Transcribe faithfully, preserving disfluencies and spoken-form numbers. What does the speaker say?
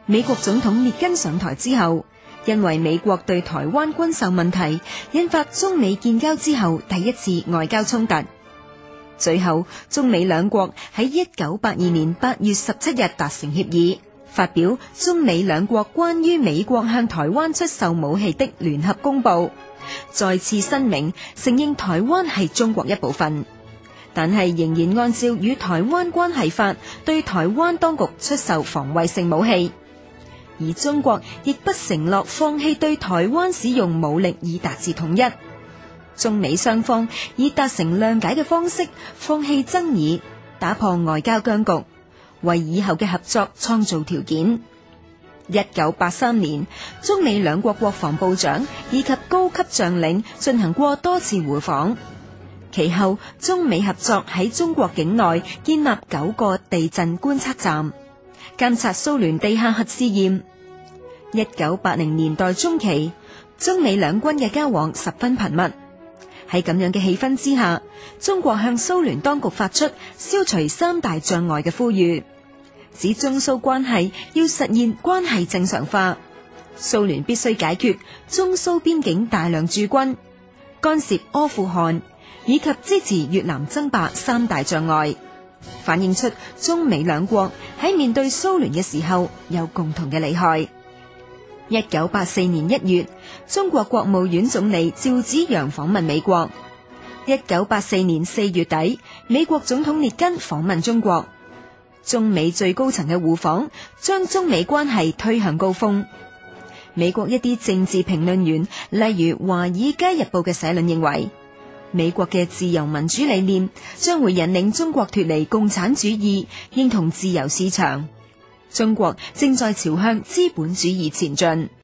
美國總統列根上台之後，因為美國對台灣軍售問題，引發中美建交之後第一次外交衝突。最後，中美兩國喺一九八二年八月十七日達成協議，發表中美兩國關於美國向台灣出售武器的聯合公報，再次申明承認台灣係中國一部分，但係仍然按照與台灣關係法對台灣當局出售防衛性武器，而中國亦不承諾放棄對台灣使用武力以達至統一。中美雙方以達成諒解嘅方式放棄爭議，打破外交僵局，為以後嘅合作創造條件。一九八三年，中美兩國國防部長以及高級將領進行過多次互訪，其後中美合作喺中國境內建立九個地震觀測站，監察蘇聯地下核試驗。一九八零年代中期，中美兩軍嘅交往十分頻密。喺咁樣嘅氣氛之下，中國向蘇聯當局發出消除三大障礙嘅呼籲，指中蘇關係要實現關係正常化，蘇聯必須解決中蘇邊境大量駐軍、干涉阿富汗以及支持越南爭霸三大障礙，反映出中美兩國喺面對蘇聯嘅時候有共同嘅利害。一九八四年一月，中國國務院總理趙紫陽訪問美國。一九八四年四月底，美國總統列根訪問中國，中美最高層嘅互訪將中美關係推向高峰。美國一啲政治評論員，例如《華爾街日報》嘅社論認為，美國嘅自由民主理念將會引領中國脫離共產主義，認同自由市場。中國正在朝向資本主義前進。